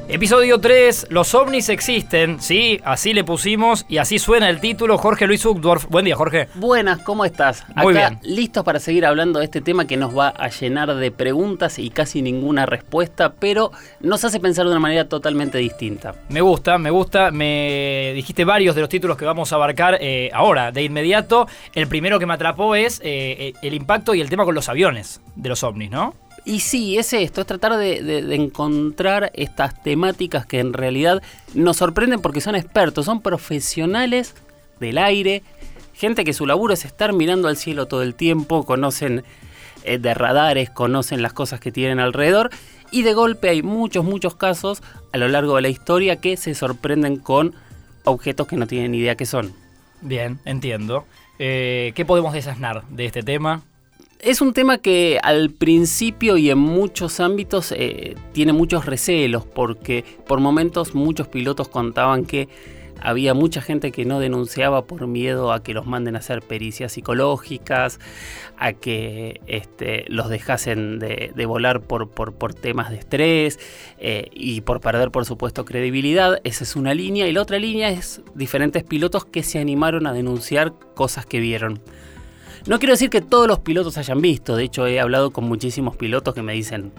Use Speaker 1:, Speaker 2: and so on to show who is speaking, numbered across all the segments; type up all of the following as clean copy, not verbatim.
Speaker 1: Episodio 3, los ovnis existen, sí, así le pusimos y así suena el título. Jorge Luis Uchtdorf. Buen día, Jorge.
Speaker 2: Buenas, ¿cómo estás?
Speaker 1: Muy
Speaker 2: Acá,
Speaker 1: bien.
Speaker 2: listos para seguir hablando de este tema que nos va a llenar de preguntas y casi ninguna respuesta, pero nos hace pensar de una manera totalmente distinta.
Speaker 1: Me gusta. Me dijiste varios de los títulos que vamos a abarcar ahora, de inmediato. El primero que me atrapó es el impacto y el tema con los aviones de los ovnis, ¿no?
Speaker 2: Y sí, es esto, es tratar de encontrar estas temáticas que en realidad nos sorprenden porque son expertos, son profesionales del aire, gente que su laburo es estar mirando al cielo todo el tiempo, conocen de radares, conocen las cosas que tienen alrededor y de golpe hay muchos casos a lo largo de la historia que se sorprenden con objetos que no tienen idea qué son.
Speaker 1: Bien, entiendo. ¿Qué podemos desasnar de este tema?
Speaker 2: Es un tema que al principio y en muchos ámbitos tiene muchos recelos porque por momentos muchos pilotos contaban que había mucha gente que no denunciaba por miedo a que los manden a hacer pericias psicológicas, a que los dejasen de volar por temas de estrés y por perder por supuesto credibilidad. Esa es una línea y la otra línea es diferentes pilotos que se animaron a denunciar cosas que vieron. No quiero decir que todos los pilotos hayan visto, de hecho he hablado con muchísimos pilotos que me dicen,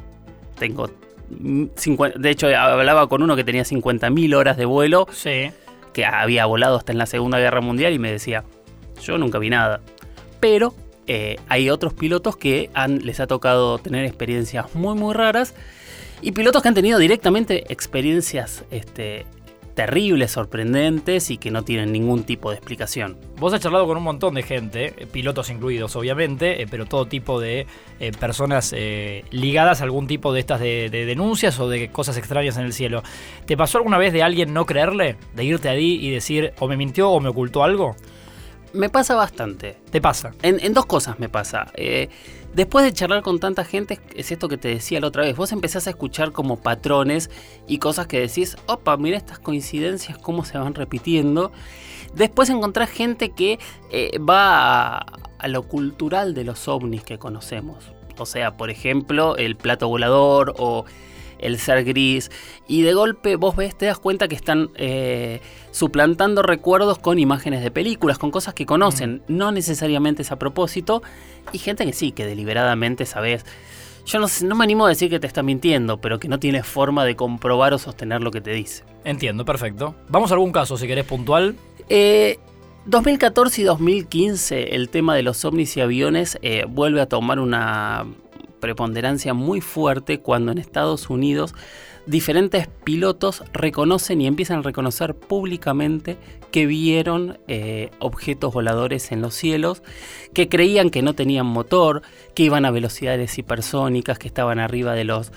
Speaker 2: de hecho hablaba con uno que tenía 50.000 horas de vuelo,
Speaker 1: Sí.
Speaker 2: que había volado hasta en la Segunda Guerra Mundial y me decía, yo nunca vi nada. Pero hay otros pilotos que les ha tocado tener experiencias muy raras y pilotos que han tenido directamente experiencias terribles, sorprendentes y que no tienen ningún tipo de explicación.
Speaker 1: Vos has charlado con un montón de gente, pilotos incluidos obviamente, pero todo tipo de personas ligadas a algún tipo de estas de denuncias o de cosas extrañas en el cielo. ¿Te pasó alguna vez de alguien no creerle? De irte ahí y decir o me mintió o me ocultó algo.
Speaker 2: Me pasa bastante.
Speaker 1: ¿Te pasa?
Speaker 2: En dos cosas me pasa. Después de charlar con tanta gente, es esto que te decía la otra vez, vos empezás a escuchar como patrones y cosas que decís, opa, mira estas coincidencias, cómo se van repitiendo. Después encontrás gente que va a lo cultural de los ovnis que conocemos. O sea, por ejemplo, el plato volador o el ser gris, y de golpe vos te das cuenta que están suplantando recuerdos con imágenes de películas, con cosas que conocen, no necesariamente es a propósito, y gente que sí, que deliberadamente sabés. Yo no me animo a decir que te está mintiendo, pero que no tienes forma de comprobar o sostener lo que te dice.
Speaker 1: Entiendo, perfecto. Vamos a algún caso, si querés, puntual.
Speaker 2: 2014 y 2015, el tema de los ovnis y aviones vuelve a tomar una preponderancia muy fuerte cuando en Estados Unidos diferentes pilotos reconocen y empiezan a reconocer públicamente que vieron objetos voladores en los cielos, que creían que no tenían motor, que iban a velocidades hipersónicas, que estaban arriba de los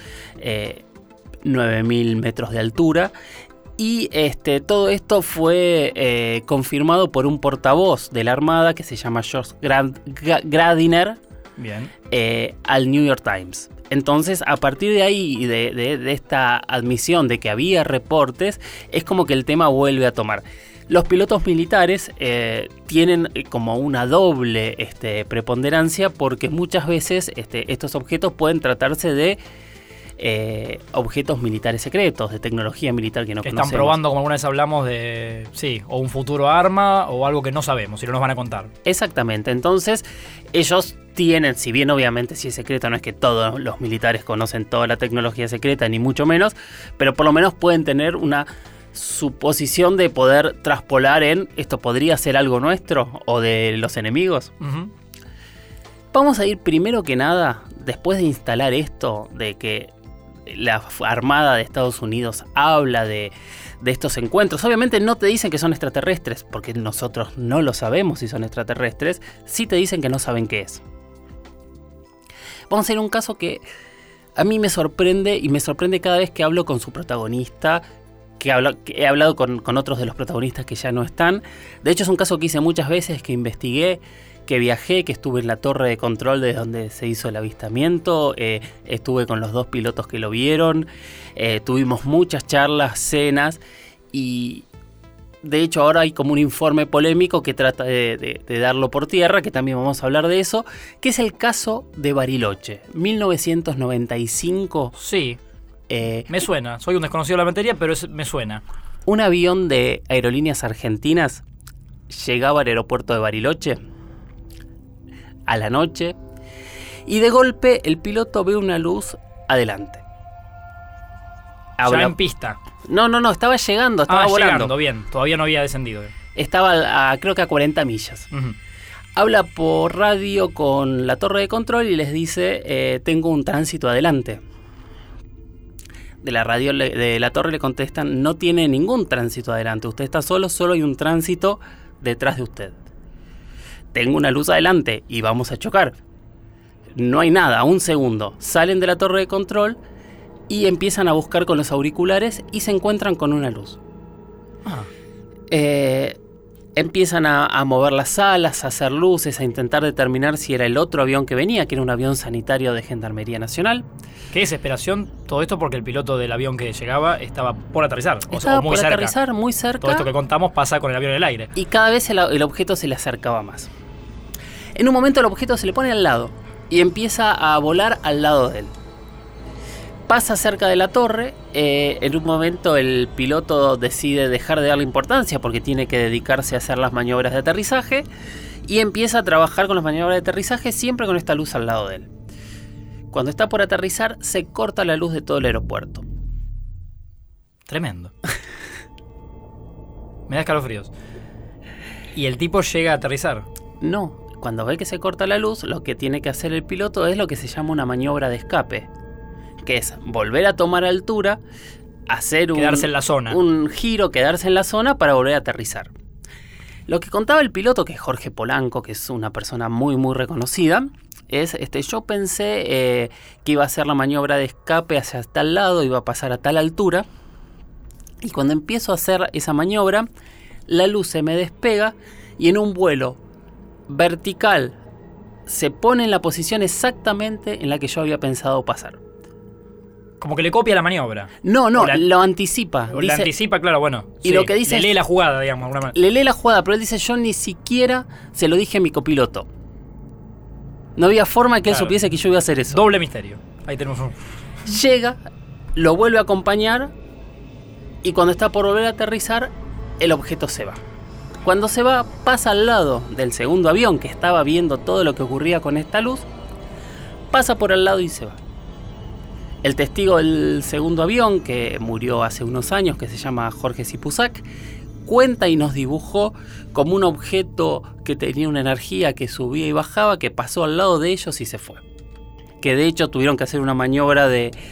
Speaker 2: 9.000 metros de altura. Y todo esto fue confirmado por un portavoz de la Armada que se llama George Gardiner.
Speaker 1: Bien.
Speaker 2: Al New York Times. Entonces, a partir de ahí y de esta admisión de que había reportes, es como que el tema vuelve a tomar. Los pilotos militares tienen como una doble preponderancia porque muchas veces estos objetos pueden tratarse de objetos militares secretos, de tecnología militar que no conocemos.
Speaker 1: Están probando, como alguna vez hablamos, de o un futuro arma o algo que no sabemos y no nos van a contar.
Speaker 2: Exactamente, entonces ellos tienen, si bien obviamente si es secreto, no es que todos los militares conocen toda la tecnología secreta, ni mucho menos, pero por lo menos pueden tener una suposición de poder traspolar en esto podría ser algo nuestro o de los enemigos.
Speaker 1: Uh-huh.
Speaker 2: Vamos a ir primero que nada, después de instalar esto, de que la Armada de Estados Unidos habla de estos encuentros. Obviamente no te dicen que son extraterrestres, porque nosotros no lo sabemos si son extraterrestres, sí te dicen que no saben qué es. Vamos a ir a un caso que a mí me sorprende y me sorprende cada vez que hablo con su protagonista, que he hablado con otros de los protagonistas que ya no están. De hecho es un caso que hice muchas veces, que investigué, que viajé, que estuve en la torre de control de donde se hizo el avistamiento, estuve con los dos pilotos que lo vieron, tuvimos muchas charlas, cenas y de hecho ahora hay como un informe polémico que trata de darlo por tierra, que también vamos a hablar de eso, que es el caso de Bariloche, 1995.
Speaker 1: Sí. Me suena, soy un desconocido de la materia, pero me suena.
Speaker 2: Un avión de Aerolíneas Argentinas llegaba al aeropuerto de Bariloche a la noche y de golpe el piloto ve una luz adelante.
Speaker 1: Ya en pista.
Speaker 2: No, estaba llegando, estaba volando.
Speaker 1: Llegando, bien, todavía no había descendido.
Speaker 2: Estaba creo que a 40 millas.
Speaker 1: Uh-huh.
Speaker 2: Habla por radio con la torre de control y les dice, tengo un tránsito adelante. De la radio, de la torre le contestan, no tiene ningún tránsito adelante, usted está solo hay un tránsito detrás de usted. Tengo una luz adelante y vamos a chocar. No hay nada, un segundo. Salen de la torre de control y empiezan a buscar con los auriculares y se encuentran con una luz. Empiezan a mover las alas, a hacer luces, a intentar determinar si era el otro avión que venía, que era un avión sanitario de Gendarmería Nacional.
Speaker 1: Qué desesperación todo esto porque el piloto del avión que llegaba estaba por aterrizar.
Speaker 2: Estaba
Speaker 1: muy
Speaker 2: por
Speaker 1: cerca.
Speaker 2: aterrizar, muy cerca.
Speaker 1: Todo esto que contamos pasa con el avión en el aire.
Speaker 2: Y cada vez el objeto se le acercaba más. En un momento el objeto se le pone al lado y empieza a volar al lado de él. Pasa cerca de la torre, en un momento el piloto decide dejar de darle importancia porque tiene que dedicarse a hacer las maniobras de aterrizaje y empieza a trabajar con las maniobras de aterrizaje siempre con esta luz al lado de él. Cuando está por aterrizar se corta la luz de todo el aeropuerto.
Speaker 1: Tremendo. Me da escalofríos. ¿Y el tipo llega a aterrizar?
Speaker 2: No, cuando ve que se corta la luz, lo que tiene que hacer el piloto es lo que se llama una maniobra de escape, que es volver a tomar altura,
Speaker 1: quedarse en la zona.
Speaker 2: Un giro, quedarse en la zona para volver a aterrizar. Lo que contaba el piloto, que es Jorge Polanco, que es una persona muy muy reconocida, es, yo pensé que iba a hacer la maniobra de escape hacia tal lado, iba a pasar a tal altura, y cuando empiezo a hacer esa maniobra, la luz se me despega y en un vuelo vertical se pone en la posición exactamente en la que yo había pensado pasar.
Speaker 1: Como que le copia la maniobra.
Speaker 2: No, lo anticipa.
Speaker 1: Dice, la anticipa, claro, bueno.
Speaker 2: Y sí, lo que dice
Speaker 1: le lee la jugada, digamos.
Speaker 2: Le lee la jugada, pero él dice, yo ni siquiera se lo dije a mi copiloto. No había forma que él supiese que yo iba a hacer eso.
Speaker 1: Doble misterio. Ahí tenemos un...
Speaker 2: Llega, lo vuelve a acompañar y cuando está por volver a aterrizar, el objeto se va. Cuando se va, pasa al lado del segundo avión que estaba viendo todo lo que ocurría con esta luz, pasa por al lado y se va. El testigo del segundo avión, que murió hace unos años, que se llama Jorge Sipusak, cuenta y nos dibujó como un objeto que tenía una energía que subía y bajaba, que pasó al lado de ellos y se fue. Que de hecho tuvieron que hacer una maniobra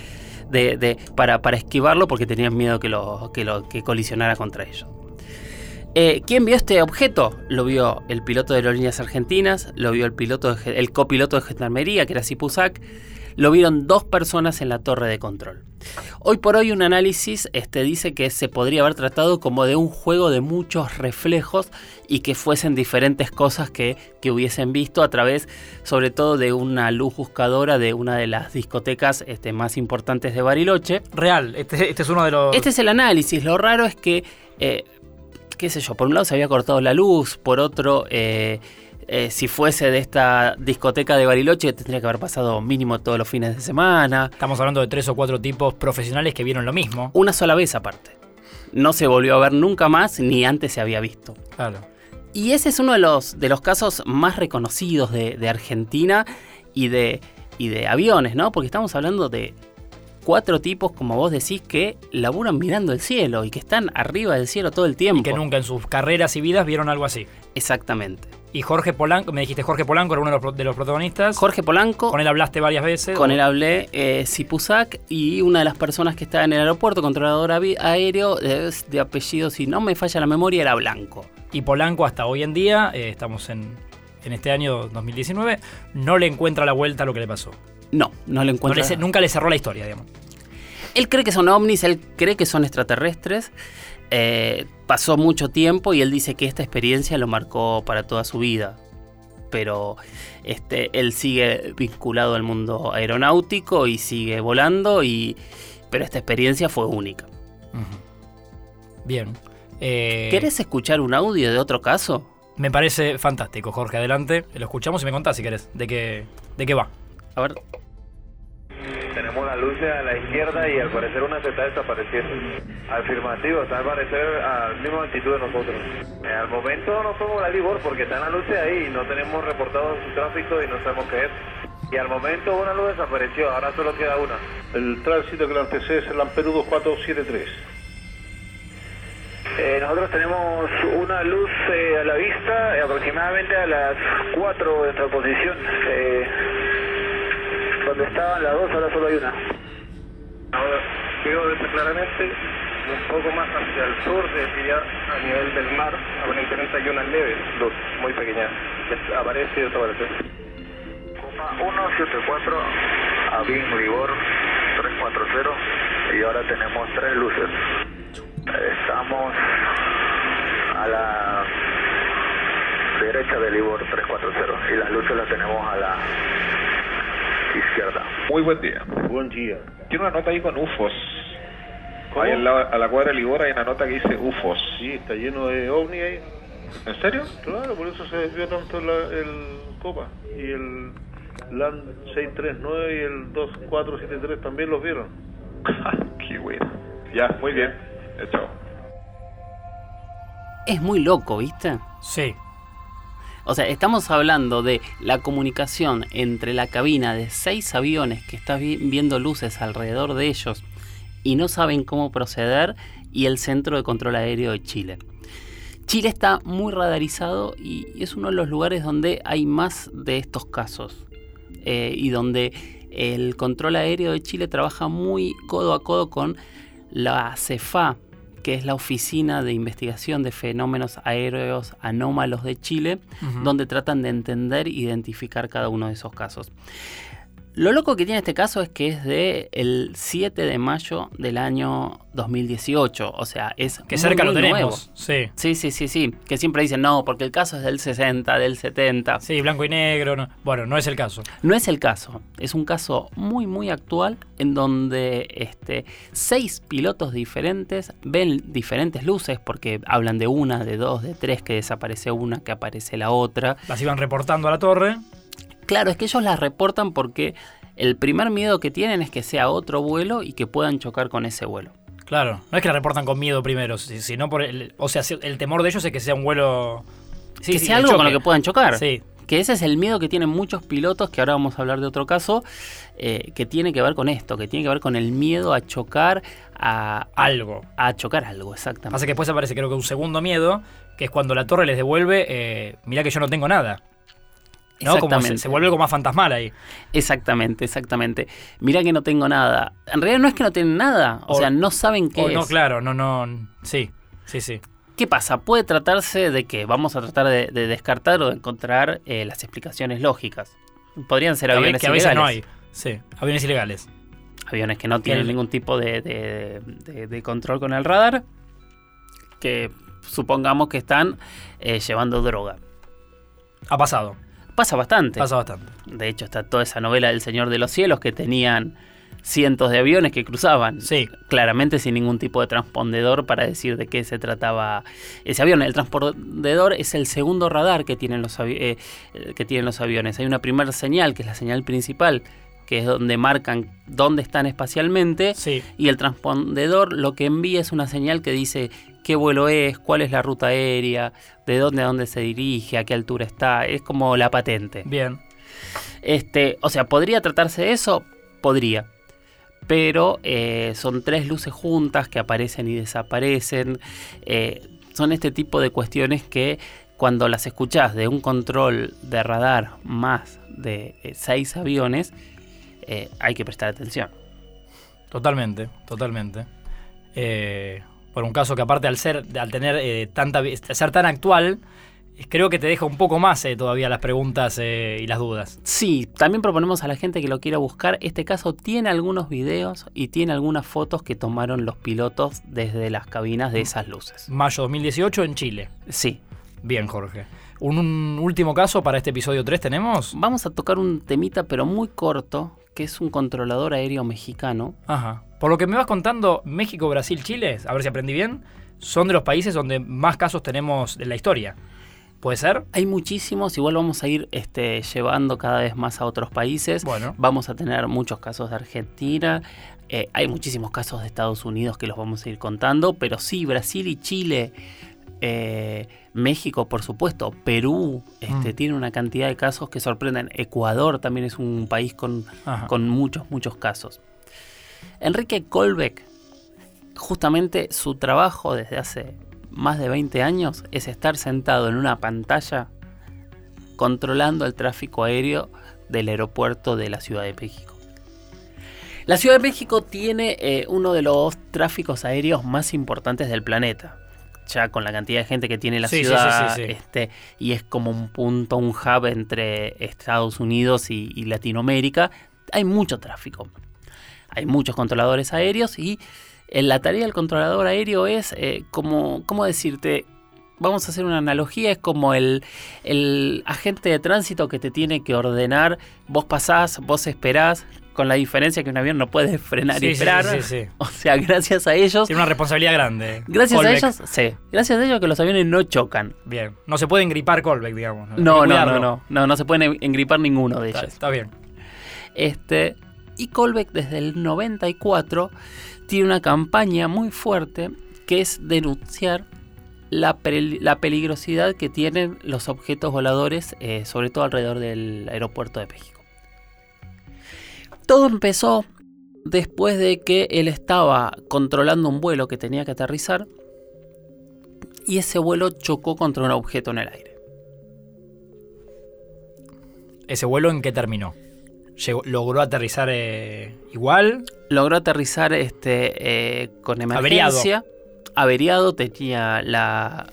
Speaker 2: para esquivarlo porque tenían miedo que colisionara contra ellos. ¿Quién vio este objeto? Lo vio el piloto de Aerolíneas Argentinas, lo vio el copiloto de Gendarmería, que era Sipusak. Lo vieron 2 personas en la torre de control. Hoy por hoy un análisis dice que se podría haber tratado como de un juego de muchos reflejos y que fuesen diferentes cosas que hubiesen visto a través, sobre todo, de una luz buscadora de una de las discotecas más importantes de Bariloche.
Speaker 1: Real, este es uno de los...
Speaker 2: Este es el análisis. Lo raro es que, qué sé yo, por un lado se había cortado la luz, por otro... si fuese de esta discoteca de Bariloche, tendría que haber pasado mínimo todos los fines de semana.
Speaker 1: Estamos hablando de 3 o 4 tipos profesionales que vieron lo mismo.
Speaker 2: Una sola vez aparte. No se volvió a ver nunca más, ni antes se había visto.
Speaker 1: Claro.
Speaker 2: Y ese es uno de los casos más reconocidos de Argentina y de aviones, ¿no? Porque estamos hablando de 4 tipos, como vos decís, que laburan mirando el cielo y que están arriba del cielo todo el tiempo.
Speaker 1: Y que nunca en sus carreras y vidas vieron algo así.
Speaker 2: Exactamente.
Speaker 1: Y Jorge Polanco, me dijiste Jorge Polanco era uno de los protagonistas.
Speaker 2: Jorge Polanco.
Speaker 1: Con él hablaste varias veces.
Speaker 2: Con él hablé, Sipusak, y una de las personas que estaba en el aeropuerto, controlador aéreo, de apellido, si no me falla la memoria, era Blanco.
Speaker 1: Y Polanco hasta hoy en día, estamos en este año 2019, no le encuentra la vuelta a lo que le pasó.
Speaker 2: No le encuentra.
Speaker 1: Nunca le cerró la historia, digamos.
Speaker 2: Él cree que son ovnis, él cree que son extraterrestres. Pasó mucho tiempo y él dice que esta experiencia lo marcó para toda su vida. Pero él sigue vinculado al mundo aeronáutico y sigue volando, pero esta experiencia fue única.
Speaker 1: Uh-huh. Bien.
Speaker 2: ¿Querés escuchar un audio de otro caso?
Speaker 1: Me parece fantástico, Jorge, adelante. Lo escuchamos y me contás si querés de qué va.
Speaker 2: A ver.
Speaker 3: Tenemos tenemos las luces a la izquierda y al parecer una se está desapareciendo. Afirmativo, está al parecer a la misma altitud de nosotros. Al momento no podemos volar Libor porque están las luces ahí y no tenemos reportado su tráfico y no sabemos qué es. Y al momento una luz desapareció, ahora solo queda una.
Speaker 4: El tránsito que le antecede es el Lampedusa 473.
Speaker 3: Nosotros tenemos una luz a la vista, aproximadamente a las 4 de nuestra posición. Donde estaban las dos, ahora solo hay una. Ahora veo claramente un poco más hacia el sur, desde ya a nivel del mar, aparentemente hay una leve luz muy pequeña que aparece y desaparece. Copa 174, Avin Libor 340, y ahora tenemos 3 luces. Estamos a la derecha del Libor 340 y las luces las tenemos a la izquierda.
Speaker 5: Muy buen día.
Speaker 4: Buen día.
Speaker 5: Tiene una nota ahí con UFOs.
Speaker 4: ¿Cómo?
Speaker 5: Ahí a la cuadra de Libor hay una nota que dice UFOs.
Speaker 4: Sí, está lleno de ovni ahí.
Speaker 5: ¿En serio?
Speaker 4: Claro, por eso se desvió tanto el Copa. Y el LAN 639 y el 2473 también los vieron.
Speaker 5: Qué bueno. Ya, muy bien. Chao.
Speaker 2: Es muy loco, ¿viste?
Speaker 1: Sí.
Speaker 2: O sea, estamos hablando de la comunicación entre la cabina de 6 aviones que están viendo luces alrededor de ellos y no saben cómo proceder, y el Centro de Control Aéreo de Chile. Chile está muy radarizado y es uno de los lugares donde hay más de estos casos y donde el control aéreo de Chile trabaja muy codo a codo con la CEFA, que es la Oficina de Investigación de Fenómenos Aéreos Anómalos de Chile, donde tratan de entender e identificar cada uno de esos casos. Lo loco que tiene este caso es que es de el 7 de mayo del año 2018, o sea, es
Speaker 1: que cerca lo tenemos.
Speaker 2: Nuevo.
Speaker 1: Sí.
Speaker 2: Sí, que siempre dicen, no, porque el caso es del 60, del 70.
Speaker 1: Sí, blanco y negro. No. Bueno, no es el caso.
Speaker 2: No es el caso, es un caso muy, muy actual en donde 6 pilotos diferentes ven diferentes luces, porque hablan de una, de dos, de tres, que desaparece una, que aparece la otra.
Speaker 1: Las iban reportando a la torre.
Speaker 2: Claro, es que ellos las reportan porque el primer miedo que tienen es que sea otro vuelo y que puedan chocar con ese vuelo.
Speaker 1: Claro, no es que la reportan con miedo primero, sino por el temor de ellos es que sea un vuelo...
Speaker 2: Sí, que sea algo con lo que puedan chocar.
Speaker 1: Sí.
Speaker 2: Que ese es el miedo que tienen muchos pilotos, que ahora vamos a hablar de otro caso, que tiene que ver con esto, que tiene que ver con el miedo a chocar
Speaker 1: algo.
Speaker 2: A chocar algo, exactamente.
Speaker 1: Pasa que después aparece creo que un segundo miedo, que es cuando la torre les devuelve, mirá que yo no tengo nada. ¿No? Como se vuelve como más fantasmal ahí.
Speaker 2: Exactamente. Mirá que no tengo nada. En realidad no es que no tienen nada, o sea, no saben qué es.
Speaker 1: No, claro, no. Sí.
Speaker 2: ¿Qué pasa? Puede tratarse de que vamos a tratar de descartar o de encontrar las explicaciones lógicas. Podrían ser aviones
Speaker 1: que a veces no hay. Sí, aviones ilegales.
Speaker 2: Aviones que no tienen ningún tipo de control con el radar, que supongamos que están llevando droga.
Speaker 1: Ha pasado.
Speaker 2: Pasa bastante. De hecho, está toda esa novela del Señor de los Cielos, que tenían cientos de aviones que cruzaban.
Speaker 1: Sí.
Speaker 2: Claramente sin ningún tipo de transpondedor para decir de qué se trataba ese avión. El transpondedor es el segundo radar que tienen los aviones. Hay una primera señal, que es la señal principal, que es donde marcan dónde están espacialmente.
Speaker 1: Sí.
Speaker 2: Y el transpondedor lo que envía es una señal que dice qué vuelo es, cuál es la ruta aérea, de dónde a dónde se dirige, a qué altura está. Es como la patente.
Speaker 1: Bien.
Speaker 2: O sea, ¿podría tratarse de eso? Podría. Pero son 3 luces juntas que aparecen y desaparecen. Son este tipo de cuestiones que cuando las escuchás de un control de radar más de 6 aviones, hay que prestar atención.
Speaker 1: Totalmente. Por un caso que aparte al ser tan actual, creo que te deja un poco más todavía las preguntas y las dudas.
Speaker 2: Sí, también proponemos a la gente que lo quiera buscar. Este caso tiene algunos videos y tiene algunas fotos que tomaron los pilotos desde las cabinas de esas luces.
Speaker 1: Mayo 2018 en Chile.
Speaker 2: Sí.
Speaker 1: Bien, Jorge. ¿Un último caso para este episodio 3 tenemos?
Speaker 2: Vamos a tocar un temita pero muy corto, que es un controlador aéreo mexicano.
Speaker 1: Ajá. Por lo que me vas contando, México, Brasil, Chile, a ver si aprendí bien, son de los países donde más casos tenemos en la historia. ¿Puede ser?
Speaker 2: Hay muchísimos, igual vamos a ir llevando cada vez más a otros países.
Speaker 1: Bueno.
Speaker 2: Vamos a tener muchos casos de Argentina. Hay muchísimos casos de Estados Unidos que los vamos a ir contando. Pero sí, Brasil y Chile, México, por supuesto, Perú, tiene una cantidad de casos que sorprenden. Ecuador también es un país con muchos casos. Enrique Colbeck, justamente su trabajo desde hace más de 20 años es estar sentado en una pantalla controlando el tráfico aéreo del aeropuerto de la Ciudad de México. La Ciudad de México tiene uno de los tráficos aéreos más importantes del planeta. Ya con la cantidad de gente que tiene la ciudad, sí. Y es como un punto, un hub entre Estados Unidos y Latinoamérica. Hay mucho tráfico. Hay muchos controladores aéreos y la tarea del controlador aéreo es, ¿cómo decirte? Vamos a hacer una analogía, es como el agente de tránsito que te tiene que ordenar. Vos pasás, vos esperás, con la diferencia que un avión no puede frenar y esperar. Sí. O sea, gracias a ellos...
Speaker 1: Tiene una responsabilidad grande.
Speaker 2: Gracias Colbeck. Gracias a ellos que los aviones no chocan.
Speaker 1: Bien, no se puede engripar Colbeck, digamos.
Speaker 2: No se puede engripar ninguno de ellos.
Speaker 1: Está bien.
Speaker 2: Y Colbeck desde el 94 tiene una campaña muy fuerte que es denunciar la peligrosidad que tienen los objetos voladores, sobre todo alrededor del aeropuerto de México. Todo empezó después de que él estaba controlando un vuelo que tenía que aterrizar y ese vuelo chocó contra un objeto en el aire.
Speaker 1: ¿Ese vuelo en qué terminó? ¿Logró aterrizar igual?
Speaker 2: Logró aterrizar con emergencia. Averiado, tenía la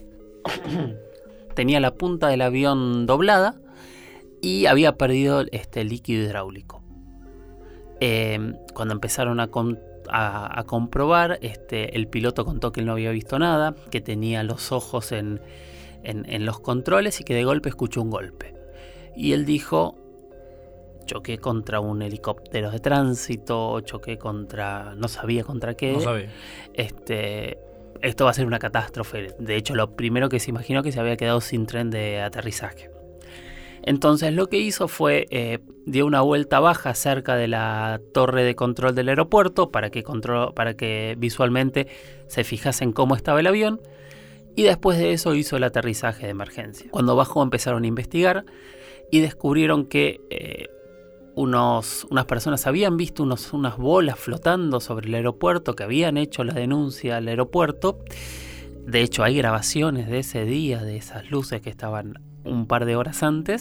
Speaker 2: punta del avión doblada y había perdido líquido hidráulico. Cuando empezaron a comprobar, el piloto contó que él no había visto nada, que tenía los ojos en los controles y que de golpe escuchó un golpe. Y él dijo: choqué contra un helicóptero de tránsito, no sabía contra qué.
Speaker 1: No sabía.
Speaker 2: Esto va a ser una catástrofe. De hecho, lo primero que se imaginó que se había quedado sin tren de aterrizaje. Entonces lo que hizo fue dio una vuelta baja cerca de la torre de control del aeropuerto para que visualmente se fijasen cómo estaba el avión, y después de eso hizo el aterrizaje de emergencia. Cuando bajó empezaron a investigar y descubrieron que unas personas habían visto unas bolas flotando sobre el aeropuerto, que habían hecho la denuncia al aeropuerto. De hecho, hay grabaciones de ese día, de esas luces que estaban un par de horas antes.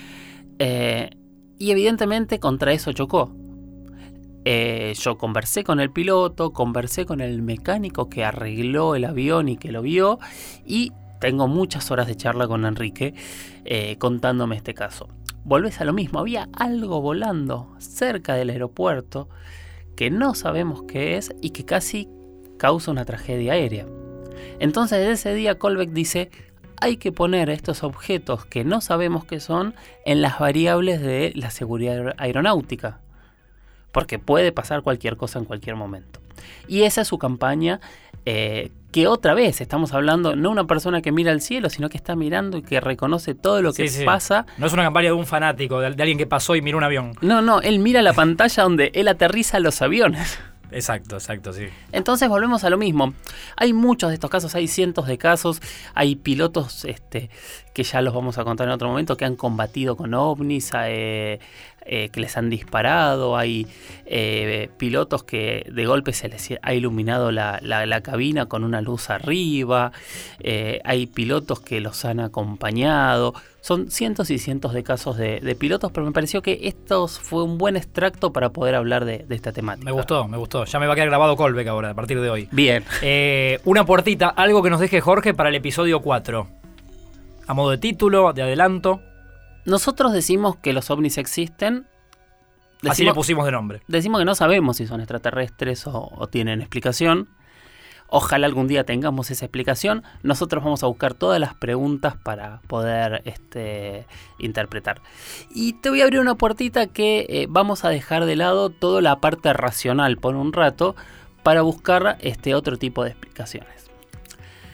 Speaker 2: Y evidentemente contra eso chocó. Yo conversé con el piloto, conversé con el mecánico que arregló el avión y que lo vio, y tengo muchas horas de charla con Enrique contándome este caso. Volvés a lo mismo, había algo volando cerca del aeropuerto que no sabemos qué es y que casi causa una tragedia aérea. Entonces desde ese día Colbeck dice: hay que poner estos objetos que no sabemos qué son en las variables de la seguridad aeronáutica, porque puede pasar cualquier cosa en cualquier momento. Y esa es su campaña, que otra vez estamos hablando, no una persona que mira al cielo, sino que está mirando y que reconoce todo lo que pasa.
Speaker 1: No es una campaña de un fanático, de alguien que pasó y miró un avión.
Speaker 2: No, él mira la pantalla donde él aterriza los aviones.
Speaker 1: Exacto, sí.
Speaker 2: Entonces volvemos a lo mismo. Hay muchos de estos casos, hay cientos de casos. Hay pilotos que ya los vamos a contar en otro momento, que han combatido con ovnis, que les han disparado. Hay pilotos que de golpe se les ha iluminado la cabina con una luz arriba. Hay pilotos que los han acompañado. Son cientos y cientos de casos de pilotos, pero me pareció que esto fue un buen extracto para poder hablar de esta temática.
Speaker 1: Me gustó. Ya me va a quedar grabado Colbeck ahora, a partir de hoy.
Speaker 2: Bien.
Speaker 1: Una puertita, algo que nos deje Jorge para el episodio 4. A modo de título, de adelanto.
Speaker 2: Nosotros decimos que los ovnis existen.
Speaker 1: Así le pusimos de nombre.
Speaker 2: Decimos que no sabemos si son extraterrestres o tienen explicación. Ojalá algún día tengamos esa explicación. Nosotros vamos a buscar todas las preguntas para poder interpretar. Y te voy a abrir una puertita que vamos a dejar de lado toda la parte racional por un rato para buscar otro tipo de explicaciones.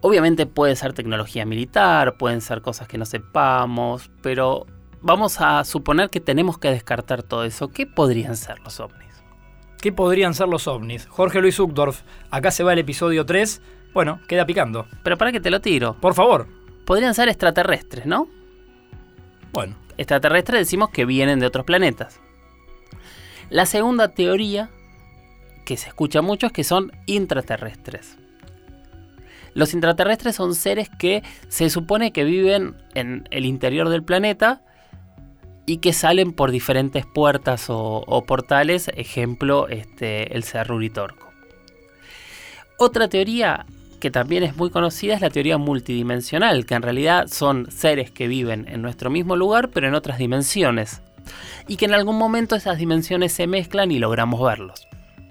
Speaker 2: Obviamente puede ser tecnología militar, pueden ser cosas que no sepamos, pero vamos a suponer que tenemos que descartar todo eso. ¿Qué podrían ser los ovnis?
Speaker 1: ¿Qué podrían ser los ovnis? Jorge Luis Uchtdorf, acá se va el episodio 3. Bueno, queda picando.
Speaker 2: Pero para que te lo tiro.
Speaker 1: Por favor.
Speaker 2: Podrían ser extraterrestres, ¿no?
Speaker 1: Bueno.
Speaker 2: Extraterrestres decimos que vienen de otros planetas. La segunda teoría, que se escucha mucho, es que son intraterrestres. Los intraterrestres son seres que se supone que viven en el interior del planeta y que salen por diferentes puertas o portales, ejemplo, el Cerro Uritorco. Otra teoría que también es muy conocida es la teoría multidimensional, que en realidad son seres que viven en nuestro mismo lugar, pero en otras dimensiones, y que en algún momento esas dimensiones se mezclan y logramos verlos.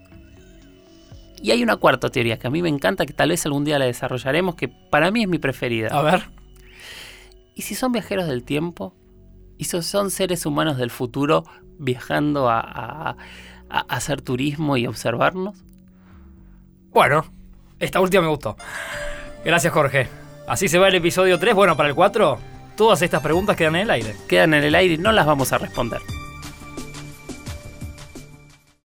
Speaker 2: Y hay una cuarta teoría que a mí me encanta, que tal vez algún día la desarrollaremos, que para mí es mi preferida.
Speaker 1: A ver.
Speaker 2: ¿Y si son viajeros del tiempo? ¿Y si son seres humanos del futuro viajando a hacer turismo y observarnos?
Speaker 1: Bueno, esta última me gustó. Gracias, Jorge. Así se va el episodio 3. Bueno, para el 4, todas estas preguntas quedan en el aire.
Speaker 2: Quedan en el aire y no las vamos a responder.